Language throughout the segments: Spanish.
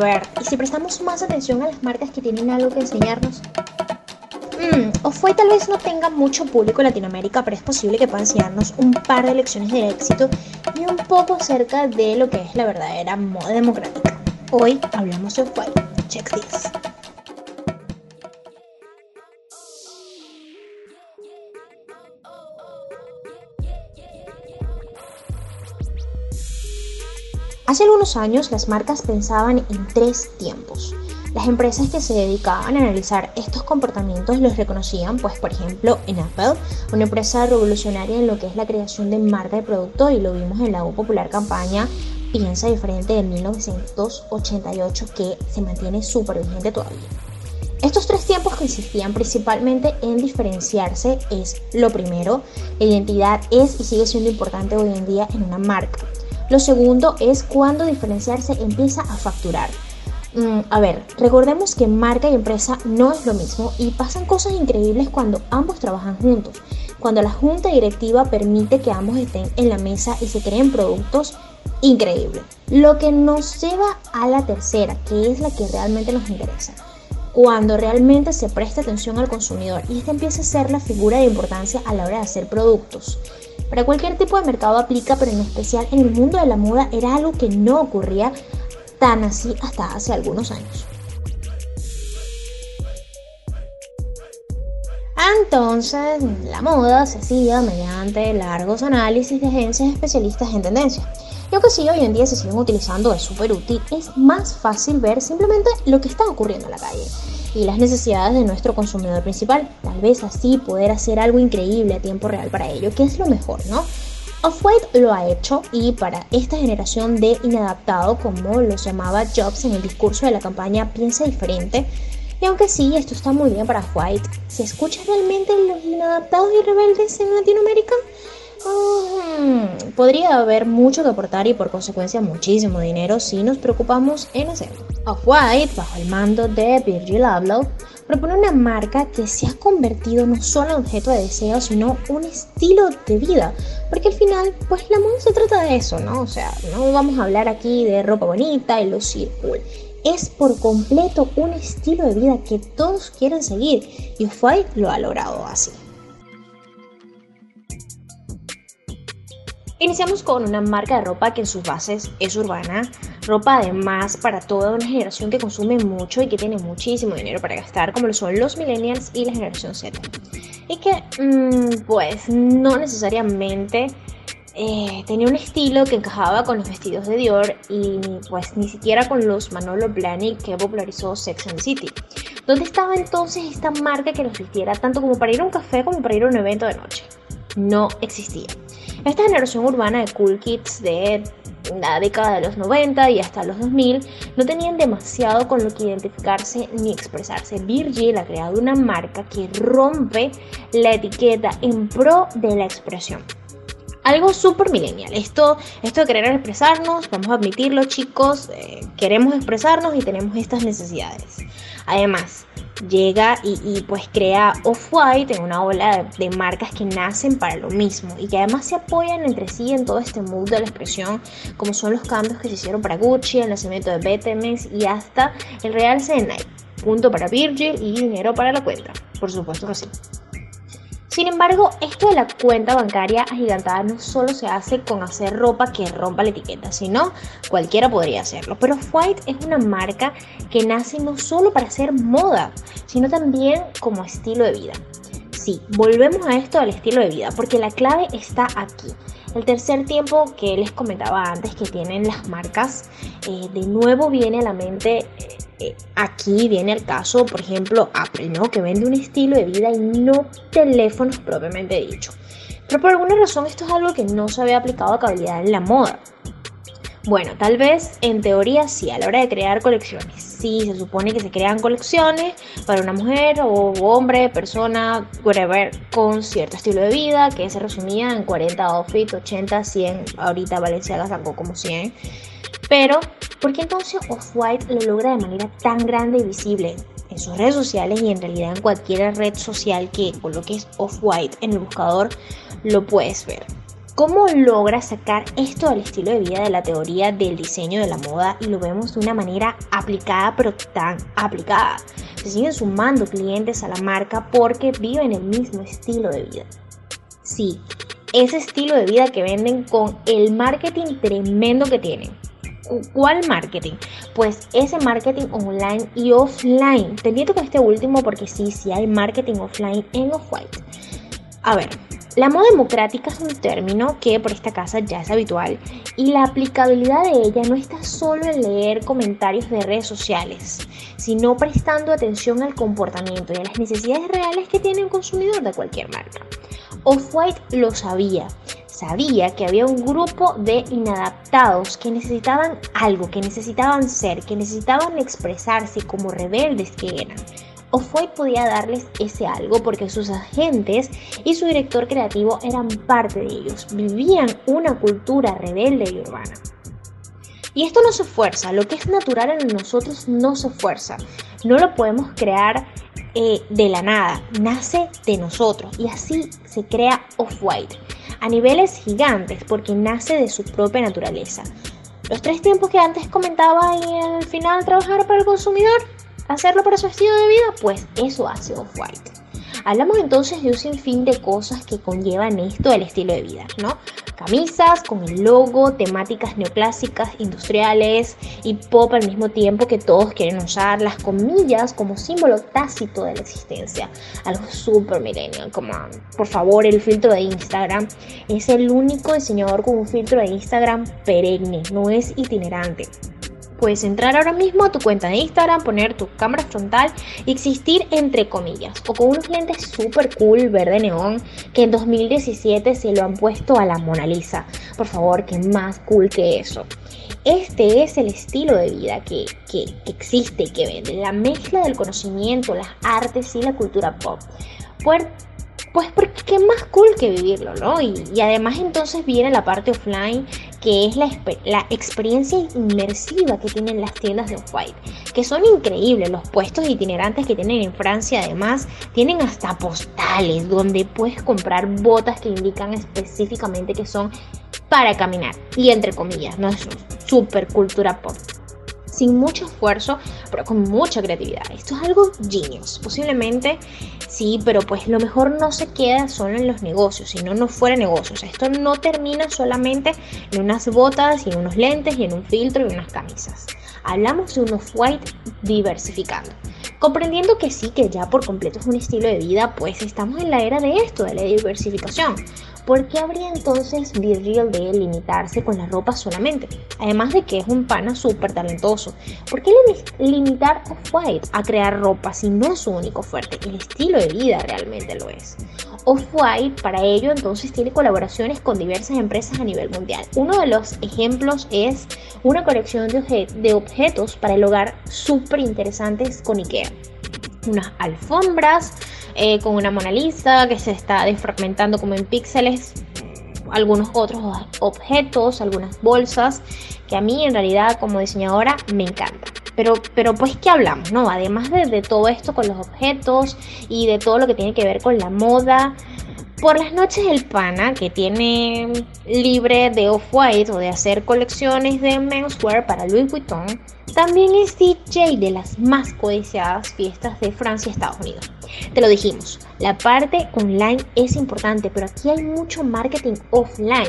ver, ¿y si prestamos más atención a las marcas que tienen algo que enseñarnos? Off-White tal vez no tenga mucho público en Latinoamérica, pero es posible que pueda enseñarnos un par de lecciones de éxito y un poco acerca de lo que es la verdadera moda democrática. Hoy hablamos de Off-White. Check this. Hace algunos años las marcas pensaban en 3 tiempos. Las empresas que se dedicaban a analizar estos comportamientos los reconocían, pues por ejemplo en Apple, una empresa revolucionaria en lo que es la creación de marca de producto, y lo vimos en la popular campaña Piensa Diferente de 1988, que se mantiene súper vigente todavía. Estos 3 tiempos consistían principalmente en diferenciarse, es lo primero. La identidad es y sigue siendo importante hoy en día en una marca. Lo segundo es cuando diferenciarse empieza a facturar. Recordemos que marca y empresa no es lo mismo y pasan cosas increíbles cuando ambos trabajan juntos. Cuando la junta directiva permite que ambos estén en la mesa y se creen productos increíbles. Lo que nos lleva a la tercera, que es la que realmente nos interesa. Cuando realmente se presta atención al consumidor y esta empieza a ser la figura de importancia a la hora de hacer productos. Para cualquier tipo de mercado aplica, pero en especial en el mundo de la moda era algo que no ocurría tan así hasta hace algunos años. Entonces, la moda se hacía mediante largos análisis de agencias especialistas en tendencia. Y aunque sí, hoy en día se siguen utilizando, es súper útil, es más fácil ver simplemente lo que está ocurriendo en la calle y las necesidades de nuestro consumidor principal. Tal vez así poder hacer algo increíble a tiempo real para ello, que es lo mejor, ¿no? Off-White lo ha hecho, y para esta generación de inadaptado, como los llamaba Jobs en el discurso de la campaña Piensa Diferente, y aunque sí, esto está muy bien para Off-White, ¿se escucha realmente los inadaptados y rebeldes en Latinoamérica? Podría haber mucho que aportar y por consecuencia muchísimo dinero si nos preocupamos en hacerlo. Off-White, bajo el mando de Virgil Abloh, propone una marca que se ha convertido no solo en objeto de deseo, sino un estilo de vida. Porque al final, pues la moda se trata de eso, ¿no? O sea, no vamos a hablar aquí de ropa bonita y lucir cool. Es por completo un estilo de vida que todos quieren seguir, y Off-White lo ha logrado así. Iniciamos con una marca de ropa que en sus bases es urbana, ropa además para toda una generación que consume mucho y que tiene muchísimo dinero para gastar, como lo son los millennials y la generación Z. Y que, pues, no necesariamente tenía un estilo que encajaba con los vestidos de Dior y pues ni siquiera con los Manolo Blahnik que popularizó Sex and the City. ¿Dónde estaba entonces esta marca que los vistiera tanto como para ir a un café como para ir a un evento de noche? No existía. Esta generación urbana de cool kids de la década de los 90 y hasta los 2000 no tenían demasiado con lo que identificarse ni expresarse. Virgil ha creado una marca que rompe la etiqueta en pro de la expresión. Algo súper millennial. Esto de querer expresarnos, vamos a admitirlo, chicos, queremos expresarnos y tenemos estas necesidades. Además, llega y pues crea Off-White en una ola de marcas que nacen para lo mismo y que además se apoyan entre sí en todo este mood de la expresión, como son los cambios que se hicieron para Gucci, el nacimiento de BTMX y hasta el realce de Nike. Punto para Virgil y dinero para la cuenta, por supuesto que sí. Sin embargo, esto de la cuenta bancaria agigantada no solo se hace con hacer ropa que rompa la etiqueta, sino cualquiera podría hacerlo. Pero Off-White es una marca que nace no solo para hacer moda, sino también como estilo de vida. Sí, volvemos a esto del estilo de vida, porque la clave está aquí. El tercer tiempo que les comentaba antes que tienen las marcas, de nuevo viene a la mente. Aquí viene el caso, por ejemplo, Apple, ¿no? Que vende un estilo de vida y no teléfonos propiamente dicho. Pero por alguna razón esto es algo que no se había aplicado a cabalidad en la moda. Bueno, tal vez en teoría sí, a la hora de crear colecciones. Sí, se supone que se crean colecciones para una mujer o hombre, persona, whatever, con cierto estilo de vida que se resumía en 40 outfits, 80, 100. Ahorita Balenciaga sacó como 100. Pero, ¿por qué entonces Off-White lo logra de manera tan grande y visible en sus redes sociales y en realidad en cualquier red social que coloques Off-White en el buscador lo puedes ver? ¿Cómo logra sacar esto del estilo de vida de la teoría del diseño de la moda y lo vemos de una manera aplicada, pero tan aplicada? Se siguen sumando clientes a la marca porque viven el mismo estilo de vida. Sí, ese estilo de vida que venden con el marketing tremendo que tienen. ¿Cuál marketing? Pues ese marketing online y offline. Pendiente con este último porque sí hay marketing offline en Off-White. A ver, la moda democrática es un término que por esta casa ya es habitual y la aplicabilidad de ella no está solo en leer comentarios de redes sociales, sino prestando atención al comportamiento y a las necesidades reales que tiene un consumidor de cualquier marca. Off-White lo sabía que había un grupo de inadaptados que necesitaban algo, que necesitaban ser, que necesitaban expresarse como rebeldes que eran. Off-White podía darles ese algo porque sus agentes y su director creativo eran parte de ellos, vivían una cultura rebelde y urbana. Y esto no se fuerza, lo que es natural en nosotros no se fuerza, no lo podemos crear de la nada, nace de nosotros y así se crea Off-White a niveles gigantes porque nace de su propia naturaleza. Los 3 tiempos que antes comentaba y al final trabajar para el consumidor, hacerlo para su estilo de vida, pues eso hace Off-White. Hablamos entonces de un sinfín de cosas que conllevan esto del estilo de vida, ¿no? Camisas con el logo, temáticas neoclásicas, industriales y pop al mismo tiempo que todos quieren usar, las comillas como símbolo tácito de la existencia, algo súper millennial, como por favor el filtro de Instagram. Es el único diseñador con un filtro de Instagram perenne, no es itinerante. Puedes entrar ahora mismo a tu cuenta de Instagram, poner tu cámara frontal y existir entre comillas, o con unos lentes super cool verde neón que en 2017 se lo han puesto a la Mona Lisa. Por favor, ¿qué más cool que eso? Este es el estilo de vida que existe y que vende, la mezcla del conocimiento, las artes y la cultura pop. Pues porque qué más cool que vivirlo, ¿no? Y además entonces viene la parte offline, que es la experiencia inmersiva que tienen las tiendas de Off-White, que son increíbles. Los puestos itinerantes que tienen en Francia además tienen hasta postales donde puedes comprar botas que indican específicamente que son para caminar y entre comillas, no es super cultura pop. Sin mucho esfuerzo, pero con mucha creatividad. Esto es algo genius. Posiblemente sí, pero pues lo mejor no se queda solo en los negocios, sino no fuera negocios. Esto no termina solamente en unas botas y en unos lentes y en un filtro y unas camisas. Hablamos de un Off-White diversificando. Comprendiendo que sí, que ya por completo es un estilo de vida, pues estamos en la era de esto, de la diversificación. ¿Por qué habría entonces Virgil de limitarse con la ropa solamente? Además de que es un pana súper talentoso. ¿Por qué limitar Off-White a crear ropa si no es su único fuerte? El estilo de vida realmente lo es. Off-White para ello entonces tiene colaboraciones con diversas empresas a nivel mundial. Uno de los ejemplos es una colección de objetos para el hogar súper interesantes con IKEA. Unas alfombras con una Mona Lisa que se está desfragmentando como en píxeles, algunos otros objetos, algunas bolsas que a mí en realidad como diseñadora me encantan. Pero pues ¿qué hablamos? ¿No? Además de todo esto con los objetos y de todo lo que tiene que ver con la moda, por las noches el pana que tiene libre de Off-White o de hacer colecciones de menswear para Louis Vuitton, también es DJ de las más codiciadas fiestas de Francia y Estados Unidos. Te lo dijimos, la parte online es importante, pero aquí hay mucho marketing offline.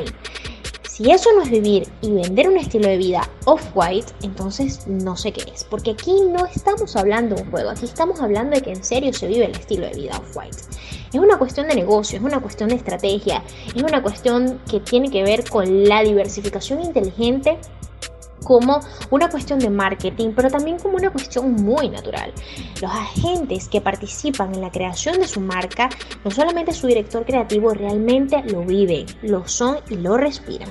Si eso no es vivir y vender un estilo de vida Off-White, entonces no sé qué es. Porque aquí no estamos hablando de un juego, aquí estamos hablando de que en serio se vive el estilo de vida Off-White. Es una cuestión de negocio, es una cuestión de estrategia, es una cuestión que tiene que ver con la diversificación inteligente como una cuestión de marketing, pero también como una cuestión muy natural. Los agentes que participan en la creación de su marca, no solamente su director creativo, realmente lo viven, lo son y lo respiran.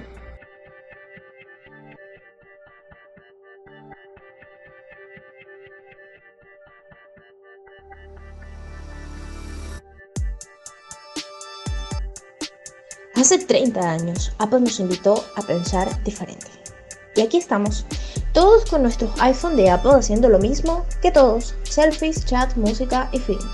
Hace 30 años, Apple nos invitó a pensar diferente. Y aquí estamos, todos con nuestros iPhone de Apple haciendo lo mismo que todos, selfies, chat, música y film.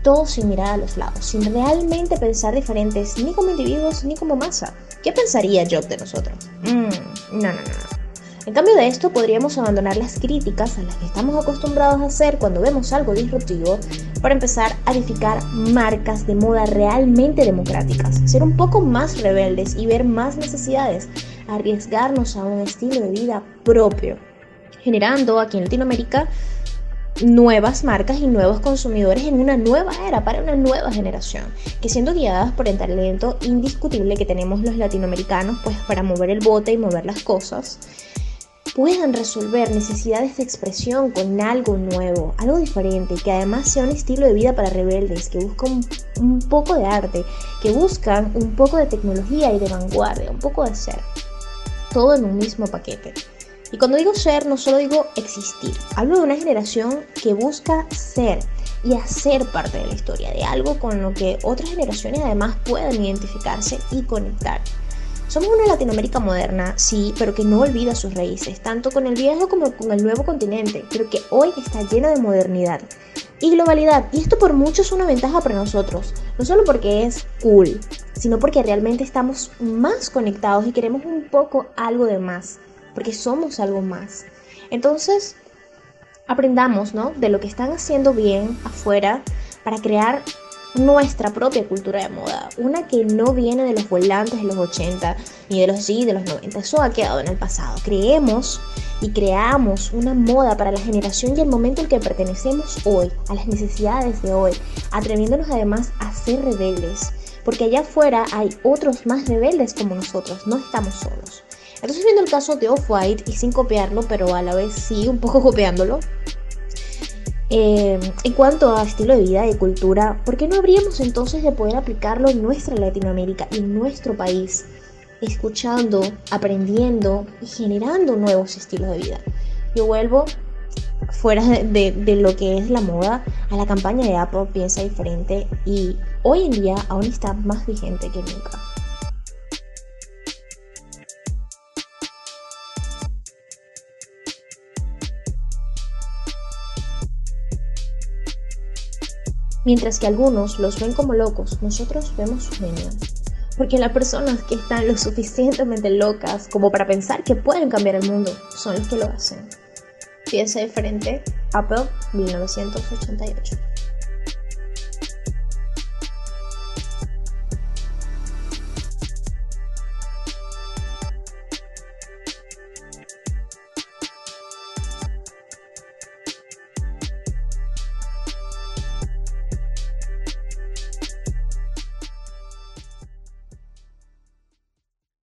todo sin mirar a los lados, sin realmente pensar diferentes ni como individuos ni como masa. ¿Qué pensaría Job de nosotros? No. En cambio de esto, podríamos abandonar las críticas a las que estamos acostumbrados a hacer cuando vemos algo disruptivo para empezar a edificar marcas de moda realmente democráticas, ser un poco más rebeldes y ver más necesidades, arriesgarnos a un estilo de vida propio, generando aquí en Latinoamérica nuevas marcas y nuevos consumidores en una nueva era para una nueva generación, que siendo guiadas por el talento indiscutible que tenemos los latinoamericanos, pues para mover el bote y mover las cosas, puedan resolver necesidades de expresión con algo nuevo, algo diferente, que además sea un estilo de vida para rebeldes, que buscan un poco de arte, que buscan un poco de tecnología y de vanguardia, un poco de ser, todo en un mismo paquete. Y cuando digo ser, no solo digo existir, hablo de una generación que busca ser y hacer parte de la historia, de algo con lo que otras generaciones además puedan identificarse y conectar. Somos una Latinoamérica moderna, sí, pero que no olvida sus raíces, tanto con el viejo como con el nuevo continente, pero que hoy está llena de modernidad y globalidad. Y esto por mucho es una ventaja para nosotros, no solo porque es cool, sino porque realmente estamos más conectados y queremos un poco algo de más, porque somos algo más. Entonces, aprendamos, ¿no?, de lo que están haciendo bien afuera para crear nuestra propia cultura de moda, una que no viene de los volantes de los 80 ni de los de los 90, eso ha quedado en el pasado. Creemos y creamos una moda para la generación y el momento al que pertenecemos hoy, a las necesidades de hoy, atreviéndonos además a ser rebeldes, porque allá afuera hay otros más rebeldes como nosotros, no estamos solos. Entonces, viendo el caso de Off-White y sin copiarlo, pero a la vez sí un poco copiándolo, en cuanto a estilo de vida y cultura, ¿por qué no habríamos entonces de poder aplicarlo en nuestra Latinoamérica y en nuestro país? Escuchando, aprendiendo y generando nuevos estilos de vida. Yo vuelvo fuera de lo que es la moda a la campaña de Apple Piensa Diferente, y hoy en día aún está más vigente que nunca. Mientras que algunos los ven como locos, nosotros vemos su genio. Porque las personas que están lo suficientemente locas como para pensar que pueden cambiar el mundo son los que lo hacen. Piensa Diferente, Apple, 1988.